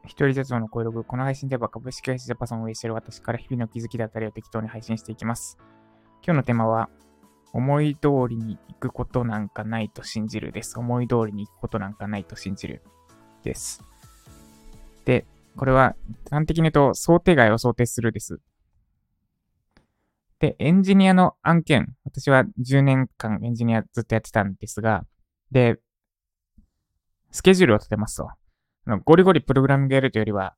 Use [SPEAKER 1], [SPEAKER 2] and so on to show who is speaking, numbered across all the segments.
[SPEAKER 1] 一人雑談の声ログ。この配信では株式会社ジャパソンを運営している私から日々の気づきだったりを適当に配信していきます。今日のテーマは、思い通りに行くことなんかないと信じるです。思い通りに行くことなんかないと信じるです。で、これは端的に言うと想定外を想定するです。で、エンジニアの案件、私は10年間エンジニアずっとやってたんですが、で、スケジュールを立てますと。ゴリゴリプログラミングやるというよりは、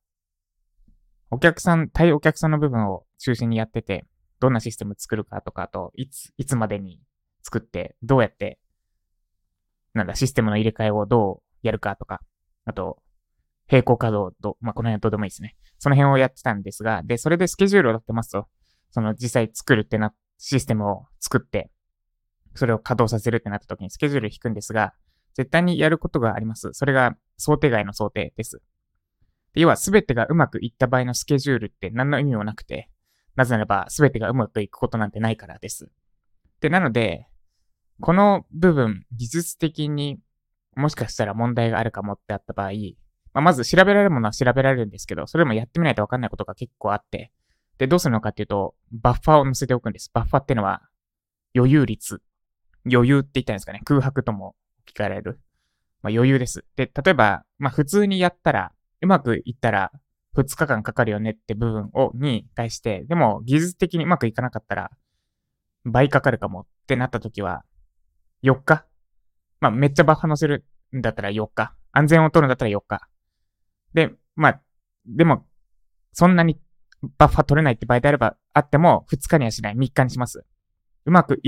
[SPEAKER 1] 対お客さんの部分を中心にやってて、どんなシステム作るかとか、あと、いつまでに作って、どうやって、システムの入れ替えをどうやるかとか、あと、並行稼働この辺はどうでもいいですね。その辺をやってたんですが、で、それでスケジュールを立てますと、実際作るってシステムを作って、それを稼働させるってなった時にスケジュール引くんですが、絶対にやることがあります。それが想定外の想定です。要は全てがうまくいった場合のスケジュールって何の意味もなくて、なぜならば全てがうまくいくことなんてないからです。で、なので、この部分、技術的にもしかしたら問題があるかもってあった場合、まず調べられるものは調べられるんですけど、それもやってみないとわかんないことが結構あって、で、どうするのかっていうと、バッファーを載せておくんです。バッファーってのは、余裕率。余裕って言ったんですかね。空白とも置き換えられる。余裕です。で、例えば、普通にやったら、うまくいったら2日間かかるよねって部分に対して、でも技術的にうまくいかなかったら倍かかるかもってなった時は4日。めっちゃバッファ乗せるんだったら4日。安全を取るんだったら4日。で、でも、そんなにバッファ取れないって場合であれば、あっても2日にはしない。3日にします。うまくい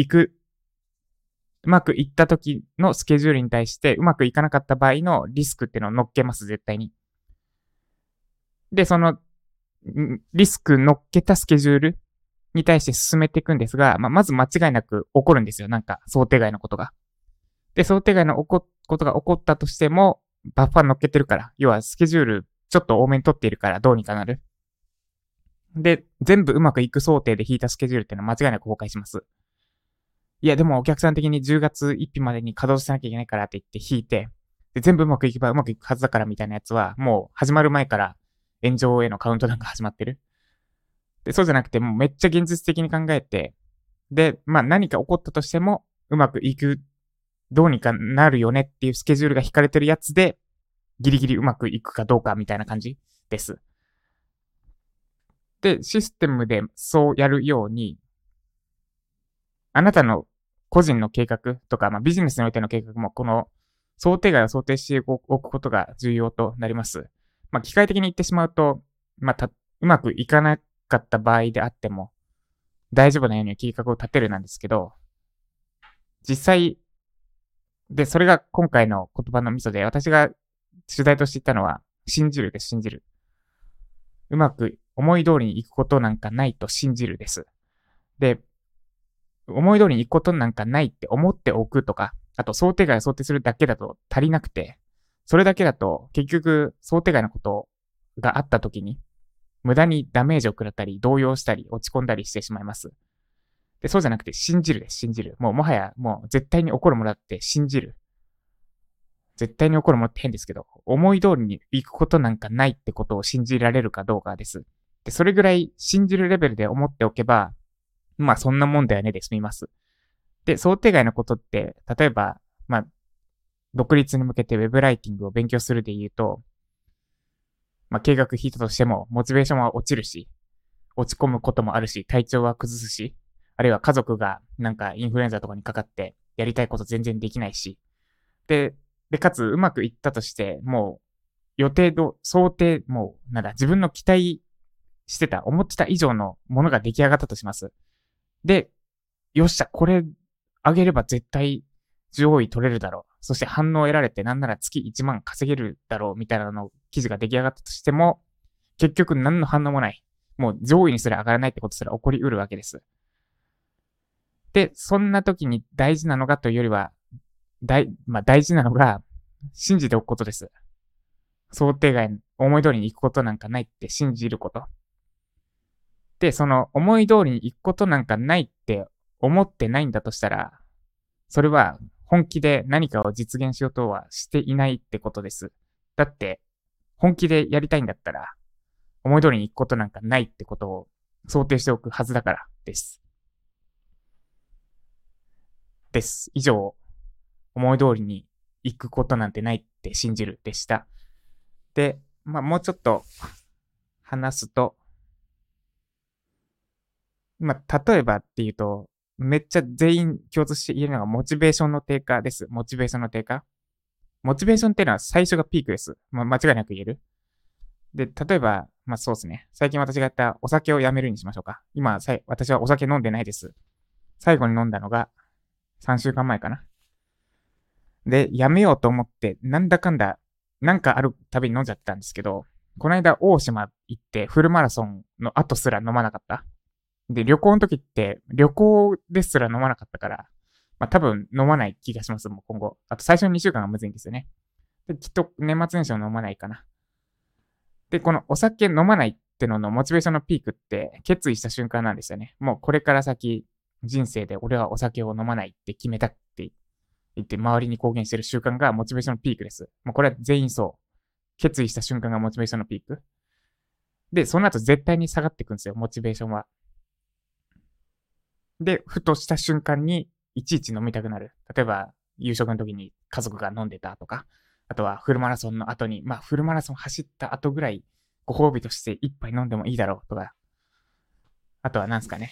[SPEAKER 1] った時のスケジュールに対してうまくいかなかった場合のリスクっていうのを乗っけます、絶対に。で、リスク乗っけたスケジュールに対して進めていくんですが、まず間違いなく起こるんですよ。想定外のことが。で、想定外のことが起こったとしても、バッファー乗っけてるから、要はスケジュールちょっと多めに取っているからどうにかなる。で、全部うまくいく想定で引いたスケジュールっていうのは間違いなく崩壊します。いや、でもお客さん的に10月1日までに稼働しなきゃいけないからって言って引いて、で、全部うまくいけばうまくいくはずだからみたいなやつは、もう始まる前から炎上へのカウントダウンが始まってる。で、そうじゃなくて、もうめっちゃ現実的に考えて、で、何か起こったとしても、うまくいく、どうにかなるよねっていうスケジュールが引かれてるやつで、ギリギリうまくいくかどうかみたいな感じです。で、システムでそうやるように、あなたの個人の計画とか、ビジネスにおいての計画も、この想定外を想定しておくことが重要となります。機械的に言ってしまうと、うまくいかなかった場合であっても、大丈夫なように計画を立てるなんですけど、実際、で、それが今回の言葉のミソで、私が主題として言ったのは、信じるです、信じる。うまく思い通りに行くことなんかないと信じるです。で、思い通りに行くことなんかないって思っておくとか、あと想定外を想定するだけだと足りなくて、それだけだと結局想定外のことがあった時に、無駄にダメージを食らったり、動揺したり、落ち込んだりしてしまいます。で、そうじゃなくて信じるです、信じる。もはや絶対に起こるものだって信じる。絶対に起こるものって変ですけど、思い通りに行くことなんかないってことを信じられるかどうかです。で、それぐらい信じるレベルで思っておけば、そんなもんだよねで済みます。で、想定外のことって、例えば、独立に向けてウェブライティングを勉強するで言うと、計画引いたとしても、モチベーションは落ちるし、落ち込むこともあるし、体調は崩すし、あるいは家族がインフルエンザとかにかかって、やりたいこと全然できないし、で、かつうまくいったとして、もう予定と想定、自分の期待してた、思ってた以上のものが出来上がったとします。で、よっしゃ、これ上げれば絶対上位取れるだろう。そして反応を得られてなんなら月1万稼げるだろうみたいなの記事が出来上がったとしても、結局何の反応もない。もう上位にすら上がらないってことすら起こりうるわけです。で、そんな時に大事なのがというよりは、大事なのが信じておくことです。想定外、思い通りに行くことなんかないって信じること。で、その思い通りに行くことなんかないって思ってないんだとしたら、それは本気で何かを実現しようとはしていないってことです。だって、 本気でやりたいんだったら、思い通りに行くことなんかないってことを想定しておくはずだからです。以上、思い通りに行くことなんてないって信じるでした。で、もうちょっと話すと、例えばっていうと、めっちゃ全員共通して言えるのがモチベーションの低下です。モチベーションの低下。モチベーションっていうのは最初がピークです。間違いなく言える。で、例えば、そうですね。最近私がやったお酒をやめるにしましょうか。今、私はお酒飲んでないです。最後に飲んだのが3週間前かな。で、やめようと思って、なんだかんだ、なんかあるたびに飲んじゃってたんですけど、この間大島行ってフルマラソンの後すら飲まなかった。で、旅行の時って、旅行ですら飲まなかったから、多分飲まない気がします、もう今後。あと最初の2週間がむずいんですよね。で、きっと年末年始は飲まないかな。で、このお酒飲まないってののモチベーションのピークって決意した瞬間なんですよね。もうこれから先、人生で俺はお酒を飲まないって決めたって言って周りに公言してる習慣がモチベーションのピークです。もうこれは全員そう。決意した瞬間がモチベーションのピーク。で、その後絶対に下がっていくんですよ、モチベーションは。で、ふとした瞬間にいちいち飲みたくなる。例えば、夕食の時に家族が飲んでたとか、あとはフルマラソンの後に、フルマラソン走った後ぐらい、ご褒美として一杯飲んでもいいだろうとか、あとはなんすかね。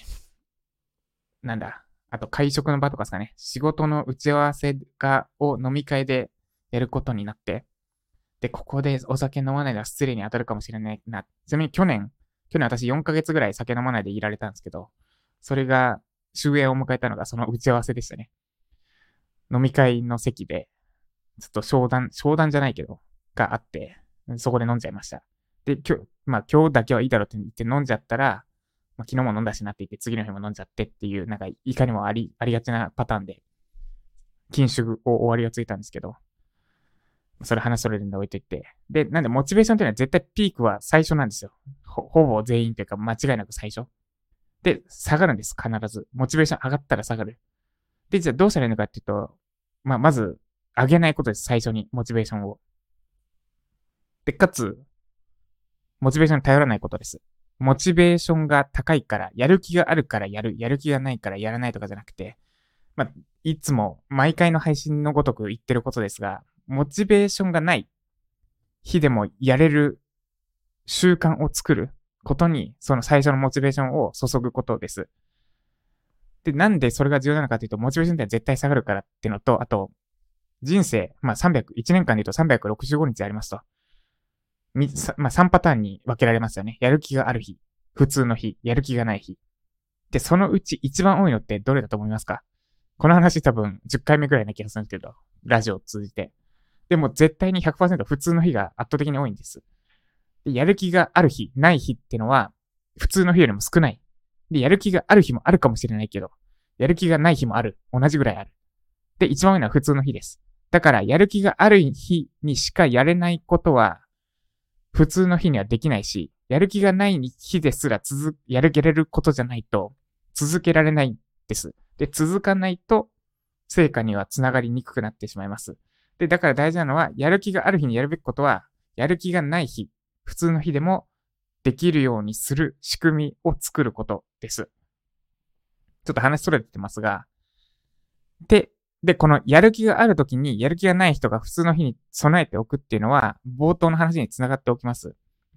[SPEAKER 1] あと会食の場とかですかね。仕事の打ち合わせを飲み会でやることになって、で、ここでお酒飲まないのは失礼に当たるかもしれないな。ちなみに去年私4ヶ月ぐらい酒飲まないでいられたんですけど、それが終焉を迎えたのがその打ち合わせでしたね。飲み会の席で、ちょっと商談じゃないけど、があって、そこで飲んじゃいました。で、今日だけはいいだろうって言って飲んじゃったら、昨日も飲んだしなって言って、次の日も飲んじゃってっていう、いかにもありがちなパターンで、禁酒を終わりがついたんですけど、それ話それるんで置いといて。で、なんでモチベーションっていうのは絶対ピークは最初なんですよ。ほぼ全員というか間違いなく最初。で、下がるんです、必ず。モチベーション上がったら下がる。で、じゃあどうしたらいいのかっていうと、まず、上げないことです、最初に、モチベーションを。で、かつ、モチベーションに頼らないことです。モチベーションが高いから、やる気があるからやる、やる気がないからやらないとかじゃなくて、いつも、毎回の配信のごとく言ってることですが、モチベーションがない日でもやれる習慣を作ることに、その最初のモチベーションを注ぐことです。で、なんでそれが重要なのかというと、モチベーションって絶対下がるからっていうのと、あと、人生、1年間で言うと365日ありますと。3パターンに分けられますよね。やる気がある日、普通の日、やる気がない日。で、そのうち一番多いのってどれだと思いますか？この話多分10回目くらいな気がするんですけど、ラジオを通じて。でも絶対に 100% 普通の日が圧倒的に多いんです。で、やる気がある日、ない日ってのは、普通の日よりも少ない。で、やる気がある日もあるかもしれないけど、やる気がない日もある。同じぐらいある。で、一番多いのは普通の日です。だから、やる気がある日にしかやれないことは、普通の日にはできないし、やる気がない日ですらやれることじゃないと、続けられないです。で、続かないと、成果にはつながりにくくなってしまいます。で、だから大事なのは、やる気がある日にやるべきことは、やる気がない日、普通の日でもできるようにする仕組みを作ることです。ちょっと話それてますが、で、このやる気がある時にやる気がない人が普通の日に備えておくっていうのは、冒頭の話につながっていきます。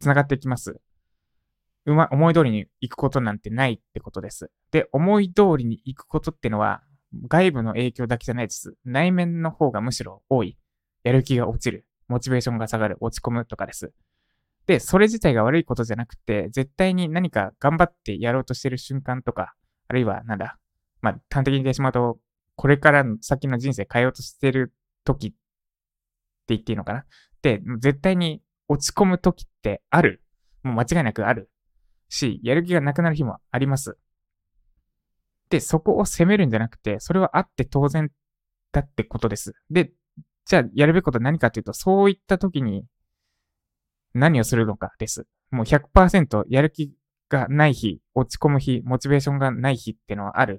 [SPEAKER 1] 思い通りに行くことなんてないってことです。で、思い通りに行くことっていうのは、外部の影響だけじゃないです。内面の方がむしろ多い。やる気が落ちる。モチベーションが下がる。落ち込むとかです。で、それ自体が悪いことじゃなくて、絶対に何か頑張ってやろうとしてる瞬間とか、あるいは端的に言ってしまうと、これからの先の人生変えようとしてる時って言っていいのかな？で、絶対に落ち込む時ってある。もう間違いなくある。し、やる気がなくなる日もあります。で、そこを責めるんじゃなくて、それはあって当然だってことです。で、じゃあやるべきことは何かというと、そういった時に何をするのかです。もう 100% やる気がない日、落ち込む日、モチベーションがない日ってのはある。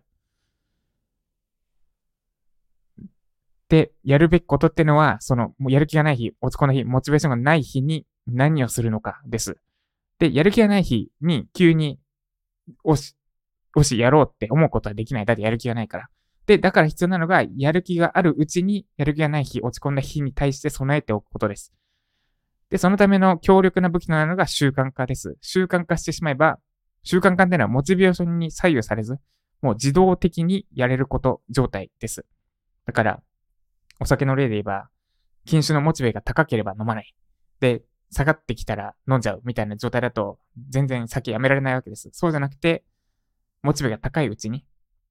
[SPEAKER 1] で、やるべきことってのは、もうやる気がない日、落ち込む日、モチベーションがない日に何をするのかです。で、やる気がない日に急に、おし、やろうって思うことはできない。だってやる気がないから。で、だから必要なのが、やる気があるうちに、やる気がない日、落ち込んだ日に対して備えておくことです。で、そのための強力な武器となるのが習慣化です。習慣化してしまえば、習慣化っていうのはモチベーションに左右されず、もう自動的にやれること状態です。だから、お酒の例で言えば、禁酒のモチベが高ければ飲まない。で、下がってきたら飲んじゃうみたいな状態だと、全然酒やめられないわけです。そうじゃなくて、モチベが高いうちに、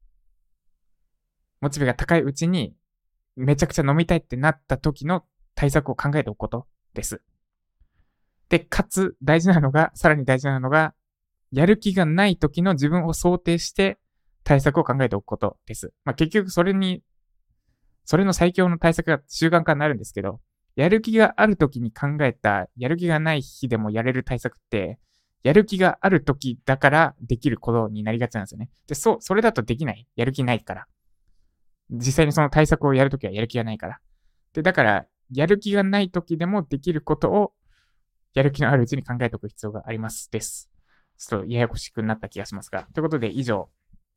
[SPEAKER 1] モチベが高いうちに、めちゃくちゃ飲みたいってなった時の対策を考えておくことです。で、かつ、大事なのが、さらに大事なのが、やる気がない時の自分を想定して対策を考えておくことです。まあ、結局それの最強の対策が習慣化になるんですけど、やる気がある時に考えた、やる気がない日でもやれる対策って、やる気がある時だからできることになりがちなんですよね。で、それだとできない。やる気ないから。実際にその対策をやるときはやる気がないから。で、だから、やる気がないときでもできることを、やる気のあるうちに考えておく必要がありますです。ちょっとややこしくなった気がしますが。ということで、以上、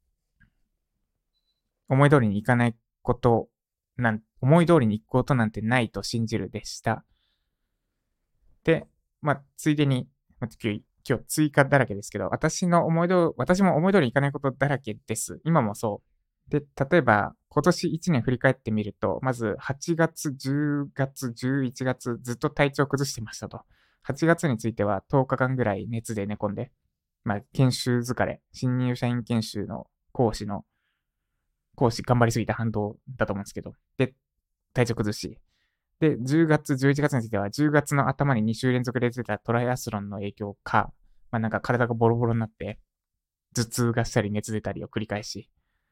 [SPEAKER 1] 思い通りにいかないこと思い通りに行くことなんてないと信じるでした。で、まあ、ついでに、今日追加だらけですけど、私も思い通りにいかないことだらけです。今もそう。で、例えば、今年1年振り返ってみると、まず8月、10月、11月、ずっと体調崩してましたと。8月については10日間ぐらい熱で寝込んで、まあ、研修疲れ、新入社員研修の講師頑張りすぎた反動だと思うんですけど、で、体調崩し、で、10月、11月については、10月の頭に2週連続で出たトライアスロンの影響か、まあなんか体がボロボロになって、頭痛がしたり熱出たりを繰り返し、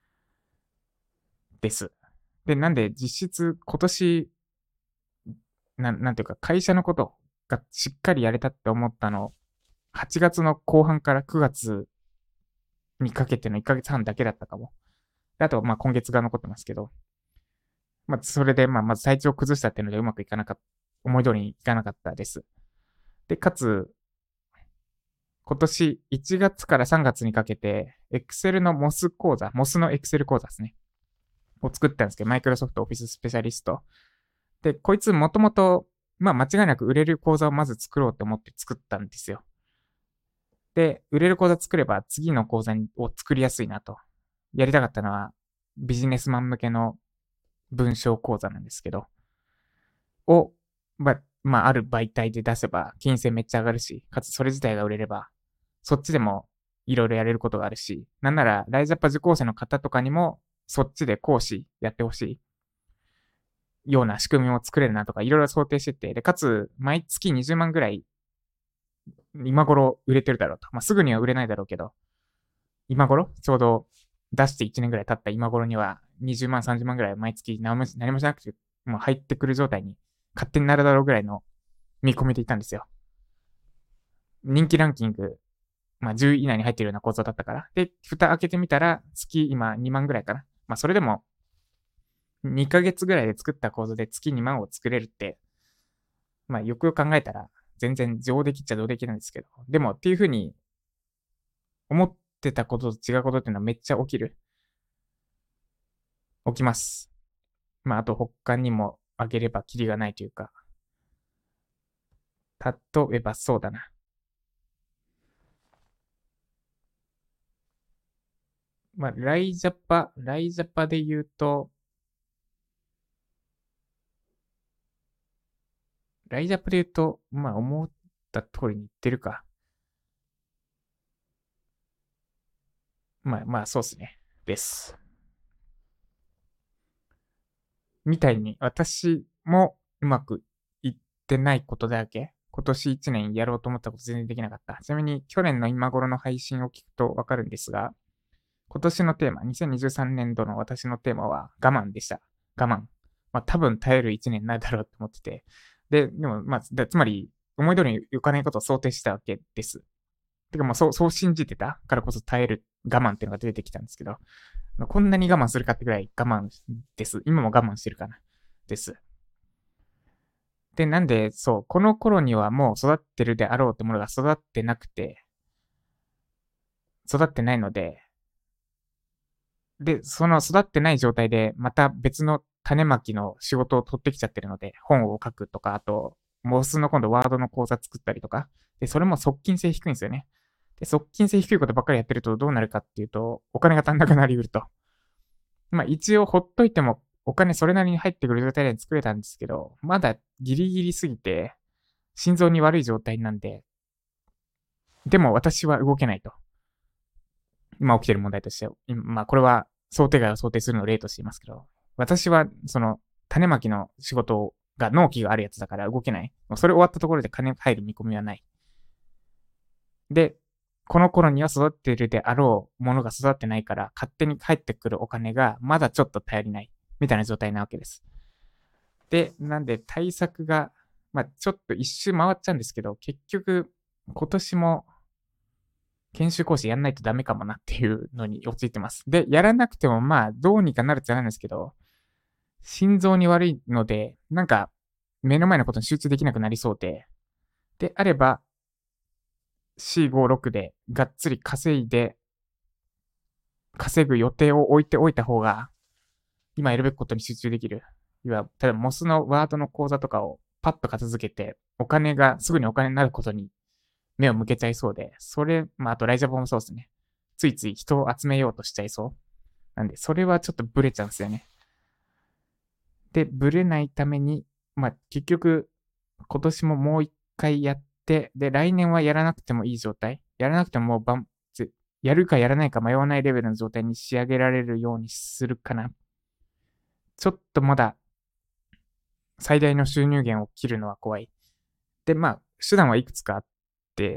[SPEAKER 1] です。で、なんで実質今年、なんていうか会社のことがしっかりやれたって思ったの、8月の後半から9月にかけての1ヶ月半だけだったかも。であと、まあ今月が残ってますけど、まあそれで、まず体調を崩したっていうのでうまくいかなかった、思い通りにいかなかったです。で、かつ、今年1月から3月にかけて、Excel の MOS 講座、MOS の Excel 講座ですね。を作ったんですけど、Microsoft Office スペシャリスト。で、こいつもともと、まあ間違いなく売れる講座をまず作ろうと思って作ったんですよ。で、売れる講座作れば次の講座を作りやすいなと。やりたかったのはビジネスマン向けの文章講座なんですけど、まあ、ある媒体で出せば金銭めっちゃ上がるし、かつそれ自体が売れれば、そっちでもいろいろやれることがあるし、なんならライジャパ受講生の方とかにもそっちで講師やってほしいような仕組みを作れるなとかいろいろ想定してて、で、かつ毎月20万ぐらい今頃売れてるだろうと。まあ、すぐには売れないだろうけど、今頃ちょうど出して1年ぐらい経った今頃には20万、30万ぐらい毎月何もしなくてもう入ってくる状態に勝手になるだろうぐらいの見込みでいたんですよ。人気ランキング、まあ10位以内に入ってるような構造だったから。で、蓋開けてみたら月今2万ぐらいかな。まあそれでも2ヶ月ぐらいで作った構造で月2万を作れるって、まあよくよく考えたら全然上出来っちゃ上出来なんですけど。でもっていう風に思ってたことと違うことっていうのはめっちゃ起きる。起きます。まああと他にもあげればキリがないというか。例えばそうだな。まあ、ライジャパで言うと、ライジャパで言うと、まあ、思った通りに言ってるか。まあ、そうですね。です。みたいに、私もうまくいってないことだらけ。今年1年やろうと思ったこと全然できなかった。ちなみに、去年の今頃の配信を聞くとわかるんですが、今年のテーマ、2023年度の私のテーマは我慢でした。我慢。まあ、多分耐える1年になるだろうと思ってて。でも、まあ、つまり、思い通りにいかないことを想定したわけです。てかまあそう信じてたからこそ耐える我慢っていうのが出てきたんですけど、こんなに我慢するかってぐらい我慢です。今も我慢してるかな。です。 で、なんで、そう、この頃にはもう育ってるであろうってものが育ってなくて、育ってないので、で、その育ってない状態で、また別の種まきの仕事を取ってきちゃってるので、本を書くとか、あと、モスの今度ワードの講座作ったりとか、で、それも側近性低いんですよね。で、側近性低いことばっかりやってるとどうなるかっていうと、お金が足んなくなりうると。まあ一応ほっといてもお金それなりに入ってくる状態で作れたんですけど、まだギリギリすぎて、心臓に悪い状態なんで、でも私は動けないと。今起きてる問題として、まあこれは想定外を想定するのを例としていますけど、私はその種まきの仕事が納期があるやつだから動けない。もうそれ終わったところで金が入る見込みはない。で、この頃には育っているであろうものが育ってないから、勝手に返ってくるお金がまだちょっと頼りない。みたいな状態なわけです。で、なんで対策が、まあちょっと一周回っちゃうんですけど、結局、今年も研修講師やんないとダメかもなっていうのに陥ってます。で、やらなくてもまあどうにかなるっちゃなるんですけど、心臓に悪いので、なんか目の前のことに集中できなくなりそうで、であれば C56 でがっつり稼ぐ予定を置いておいた方が、今やるべきことに集中できる。いわ例えばモスのワードの講座とかをパッと片付けて、すぐにお金になることに目を向けちゃいそうで、まあ、あとライジャポもそうですね。ついつい人を集めようとしちゃいそう。なんで、それはちょっとブレちゃうんですよね。で、ブレないために、まあ、結局、今年ももう一回やって、で、来年はやらなくてもいい状態。やらなくてももうやるかやらないか迷わないレベルの状態に仕上げられるようにするかな。ちょっとまだ最大の収入源を切るのは怖い。で、まあ、手段はいくつかあって、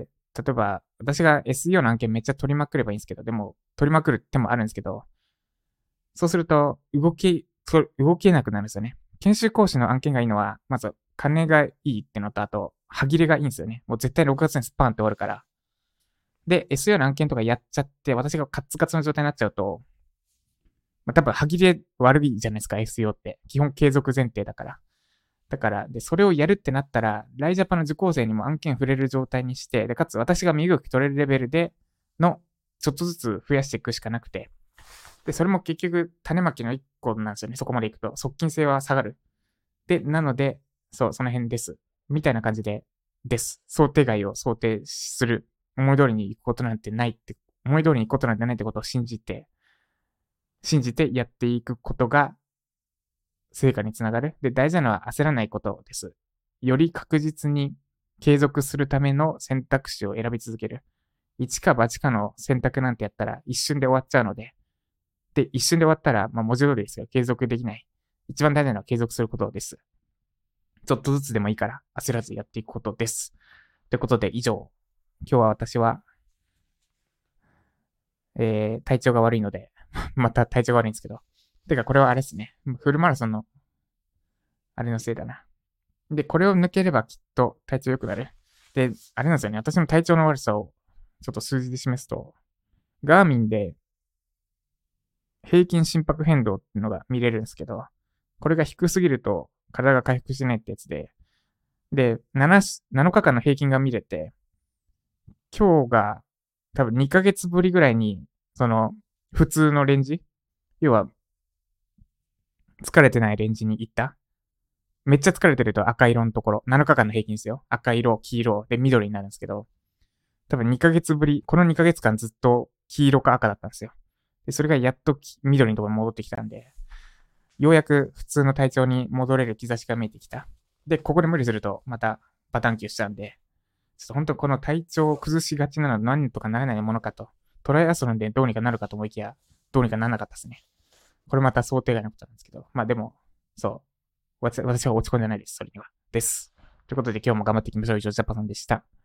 [SPEAKER 1] 例えば、私が SEO の案件めっちゃ取りまくればいいんですけど、でも、取りまくる手もあるんですけど、そうすると、動けなくなるんですよね。研修講師の案件がいいのは、まず、金がいいってのと、あと、歯切れがいいんですよね。もう絶対6月にスパーンって終わるから。で、SEO の案件とかやっちゃって、私がカツカツの状態になっちゃうと、まあ、多分歯切れ悪いじゃないですか、SEO って。基本継続前提だから。だから、で、それをやるってなったら、ライジャパの受講生にも案件触れる状態にして、で、かつ私が身動き取れるレベルでの、ちょっとずつ増やしていくしかなくて。で、それも結局、種まきの一個なんですよね。そこまでいくと。側近性は下がる。で、なので、そう、その辺です。みたいな感じです。想定外を想定する。思い通りに行くことなんてないって、思い通りに行くことなんてないってことを信じてやっていくことが成果につながる。で、大事なのは焦らないことです。より確実に継続するための選択肢を選び続ける。一か八かの選択なんてやったら一瞬で終わっちゃうので、で、一瞬で終わったら、まあ文字通りですよ。継続できない。一番大事なのは継続することです。ちょっとずつでもいいから焦らずやっていくことです。ということで以上。今日は私は、体調が悪いのでまた体調が悪いんですけど。てかこれはあれですね。フルマラソンの、あれのせいだな。で、これを抜ければきっと体調良くなる。で、あれなんですよね。私の体調の悪さをちょっと数字で示すと、ガーミンで平均心拍変動っていうのが見れるんですけど、これが低すぎると体が回復しないってやつで、7日間の平均が見れて、今日が多分2ヶ月ぶりぐらいに、その、普通のレンジ要は、疲れてないレンジに行った。めっちゃ疲れてると赤色のところ、7日間の平均ですよ。赤色、黄色、で緑になるんですけど、多分2ヶ月ぶり、この2ヶ月間ずっと黄色か赤だったんですよ。で、それがやっと緑のところに戻ってきたんで、ようやく普通の体調に戻れる兆しが見えてきた。で、ここで無理するとまたパターン級しちゃうんで、ちょっと本当この体調を崩しがちなのは何とかならないものかと、トライアスロンでどうにかなるかと思いきや、どうにかならなかったですね。これまた想定外のことなんですけど、まあでも、そう。私は落ち込んでないです、それには。です。ということで今日も頑張っていきましょう。以上、ジャパさんでした。